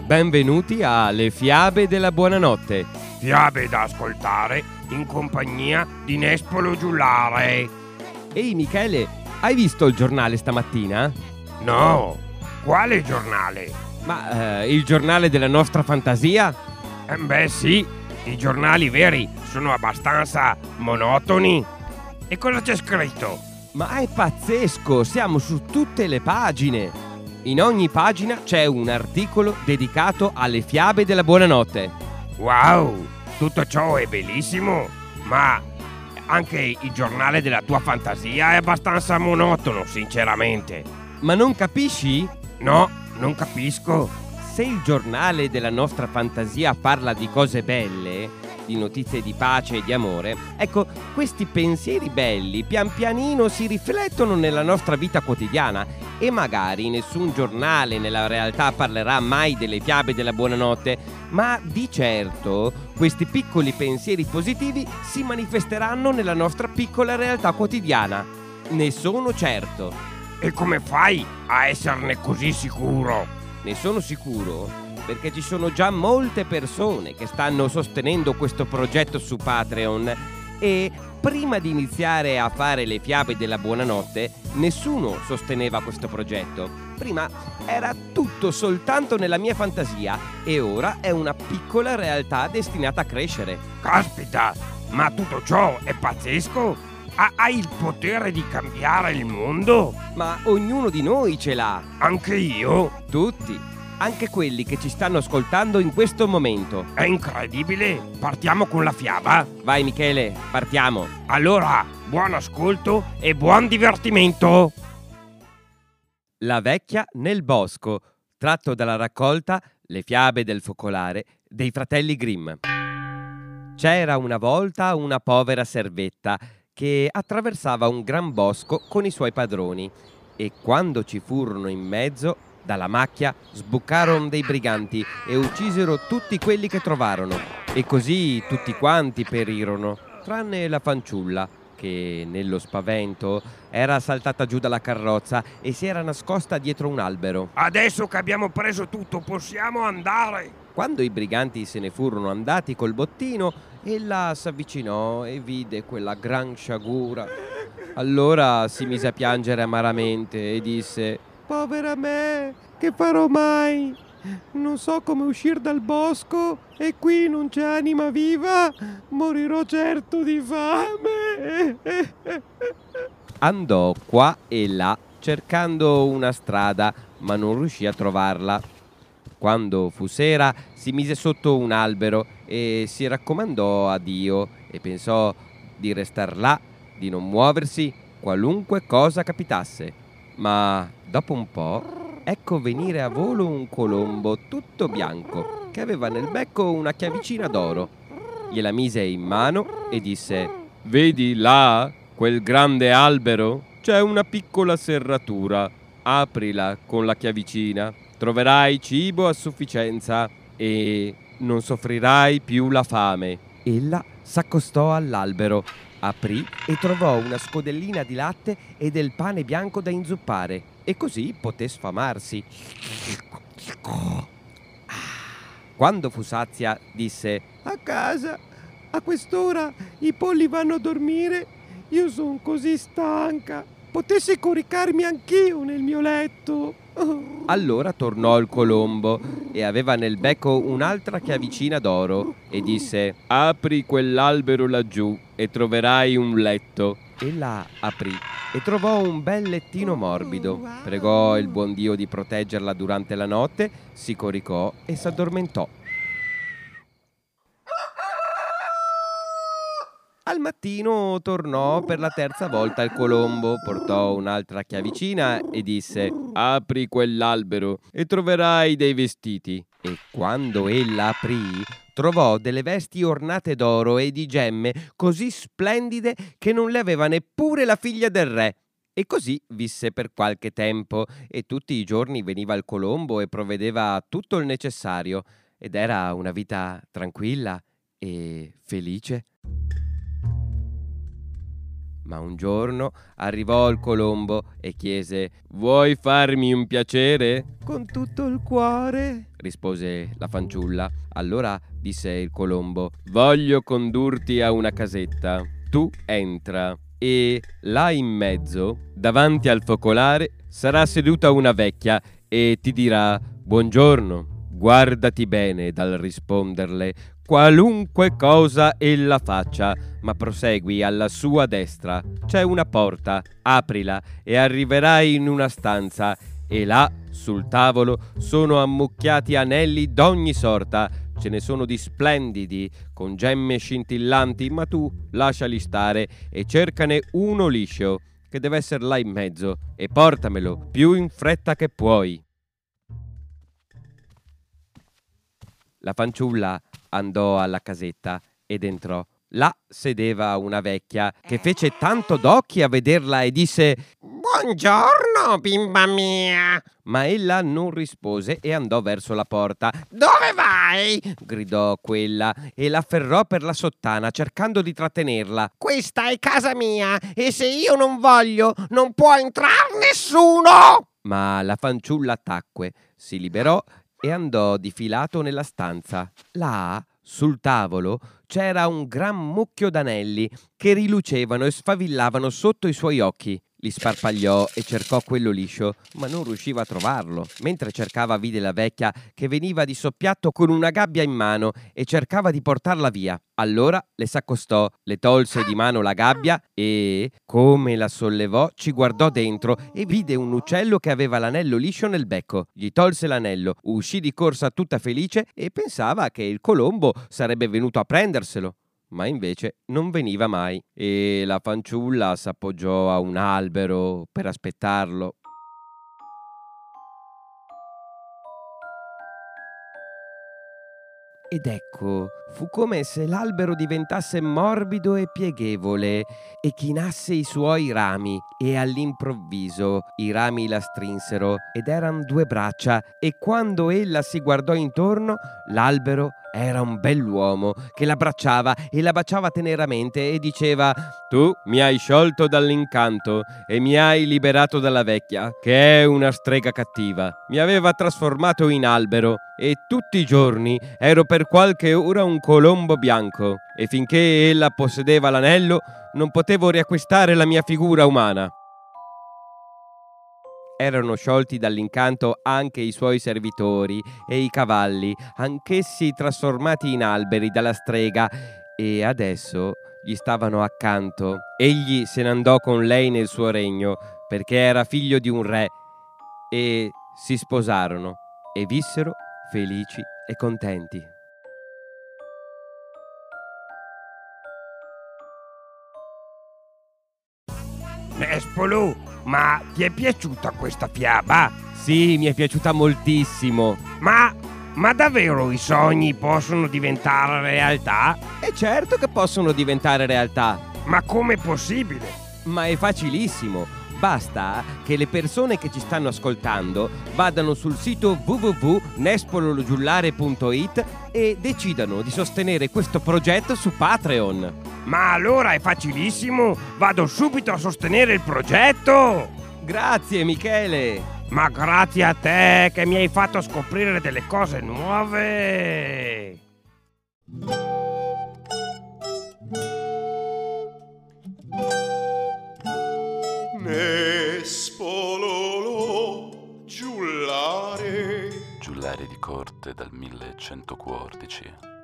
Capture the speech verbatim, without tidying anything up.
Benvenuti alle Fiabe della Buonanotte. Fiabe da ascoltare in compagnia di Nespolo Giullare. Ehi Michele, hai visto il giornale stamattina? No, quale giornale? Ma eh, il giornale della nostra fantasia? Eh beh sì, i giornali veri sono abbastanza monotoni. E cosa c'è scritto? Ma è pazzesco, siamo su tutte le pagine. In ogni pagina c'è un articolo dedicato alle fiabe della buonanotte. Wow, tutto ciò è bellissimo, ma anche il giornale della tua fantasia è abbastanza monotono, sinceramente. Ma non capisci? No, non capisco. Se il giornale della nostra fantasia parla di cose belle, di notizie di pace e di amore, ecco, questi pensieri belli pian pianino si riflettono nella nostra vita quotidiana e magari nessun giornale nella realtà parlerà mai delle fiabe della buonanotte, ma di certo questi piccoli pensieri positivi si manifesteranno nella nostra piccola realtà quotidiana. Ne sono certo. E come fai a esserne così sicuro? Ne sono sicuro perché ci sono già molte persone che stanno sostenendo questo progetto su Patreon e prima di iniziare a fare le fiabe della buonanotte nessuno sosteneva questo progetto. Prima era tutto soltanto nella mia fantasia e ora è una piccola realtà destinata a crescere. Caspita, ma tutto ciò è pazzesco? Ha- hai il potere di cambiare il mondo? Ma ognuno di noi ce l'ha. Anche io? Tutti. Anche quelli che ci stanno ascoltando in questo momento. È incredibile! Partiamo con la fiaba? Vai Michele, partiamo! Allora, buon ascolto e buon divertimento! La vecchia nel bosco, tratto dalla raccolta Le fiabe del focolare dei fratelli Grimm. C'era una volta una povera servetta che attraversava un gran bosco con i suoi padroni e quando ci furono in mezzo dalla macchia sbucarono dei briganti e uccisero tutti quelli che trovarono e così tutti quanti perirono, tranne la fanciulla che nello spavento era saltata giù dalla carrozza e si era nascosta dietro un albero. Adesso che abbiamo preso tutto possiamo andare! Quando i briganti se ne furono andati col bottino, ella s'avvicinò e vide quella gran sciagura. Allora si mise a piangere amaramente e disse: «Povera me, che farò mai? Non so come uscire dal bosco e qui non c'è anima viva, morirò certo di fame». Andò qua e là cercando una strada, ma non riuscì a trovarla. Quando fu sera si mise sotto un albero e si raccomandò a Dio e pensò di restar là, di non muoversi, qualunque cosa capitasse. Ma dopo un po' ecco venire a volo un colombo tutto bianco che aveva nel becco una chiavicina d'oro. Gliela mise in mano e disse: «Vedi là quel grande albero? C'è una piccola serratura. Aprila con la chiavicina. Troverai cibo a sufficienza e non soffrirai più la fame». Ella s'accostò all'albero, aprì e trovò una scodellina di latte e del pane bianco da inzuppare e così poté sfamarsi. Quando fu sazia disse: «A casa, a quest'ora i polli vanno a dormire, io sono così stanca, potessi coricarmi anch'io nel mio letto». Allora tornò il colombo e aveva nel becco un'altra chiavicina d'oro e disse: «Apri quell'albero laggiù e troverai un letto». Ella aprì e trovò un bel lettino morbido. Pregò il buon Dio di proteggerla durante la notte, si coricò e s'addormentò. Al mattino tornò per la terza volta il colombo, portò un'altra chiavicina e disse: «Apri quell'albero e troverai dei vestiti». E quando ella aprì, trovò delle vesti ornate d'oro e di gemme così splendide che non le aveva neppure la figlia del re. E così visse per qualche tempo e tutti i giorni veniva il colombo e provvedeva tutto il necessario ed era una vita tranquilla e felice. Ma un giorno arrivò il colombo e chiese: «Vuoi farmi un piacere?» «Con tutto il cuore», rispose la fanciulla. Allora disse il colombo: «Voglio condurti a una casetta. Tu entra e là in mezzo, davanti al focolare, sarà seduta una vecchia e ti dirà: buongiorno. Guardati bene dal risponderle, qualunque cosa ella faccia, ma prosegui alla sua destra. C'è una porta, aprila e arriverai in una stanza, e là, sul tavolo, sono ammucchiati anelli d'ogni sorta. Ce ne sono di splendidi, con gemme scintillanti, ma tu lasciali stare e cercane uno liscio, che deve essere là in mezzo, e portamelo più in fretta che puoi». La fanciulla andò alla casetta ed entrò. Là sedeva una vecchia che fece tanto d'occhi a vederla e disse: «Buongiorno, bimba mia!» Ma ella non rispose e andò verso la porta. «Dove vai?» gridò quella e l'afferrò per la sottana cercando di trattenerla. «Questa è casa mia e se io non voglio non può entrare nessuno!» Ma la fanciulla tacque, si liberò e andò di filato nella stanza. Là, sul tavolo, c'era un gran mucchio d'anelli che rilucevano e sfavillavano sotto i suoi occhi. Li sparpagliò e cercò quello liscio, ma non riusciva a trovarlo. Mentre cercava, vide la vecchia che veniva di soppiatto con una gabbia in mano e cercava di portarla via. Allora le s'accostò, le tolse di mano la gabbia e, come la sollevò, ci guardò dentro e vide un uccello che aveva l'anello liscio nel becco. Gli tolse l'anello, uscì di corsa tutta felice e pensava che il colombo sarebbe venuto a prenderselo. Ma invece non veniva mai e la fanciulla s'appoggiò a un albero per aspettarlo. Ed ecco, fu come se l'albero diventasse morbido e pieghevole e chinasse i suoi rami, e all'improvviso i rami la strinsero ed eran due braccia, e quando ella si guardò intorno, l'albero era un bell'uomo che l'abbracciava e la baciava teneramente e diceva: «Tu mi hai sciolto dall'incanto e mi hai liberato dalla vecchia, che è una strega cattiva. Mi aveva trasformato in albero e tutti i giorni ero per qualche ora un colombo bianco, e finché ella possedeva l'anello non potevo riacquistare la mia figura umana». Erano sciolti dall'incanto anche i suoi servitori e i cavalli, anch'essi trasformati in alberi dalla strega, e adesso gli stavano accanto. Egli se ne andò con lei nel suo regno, perché era figlio di un re, e si sposarono e vissero felici e contenti. Nespolo, ma ti è piaciuta questa fiaba? Sì, mi è piaciuta moltissimo. Ma, ma davvero i sogni possono diventare realtà? E certo che possono diventare realtà. Ma com'è possibile? Ma è facilissimo. Basta che le persone che ci stanno ascoltando vadano sul sito w w w punto nespologiullare punto i t e decidano di sostenere questo progetto su Patreon. Ma allora è facilissimo, vado subito a sostenere il progetto! Grazie Michele! Ma grazie a te che mi hai fatto scoprire delle cose nuove! Nespolo giullare. Giullare di corte dal millecentoquattordici.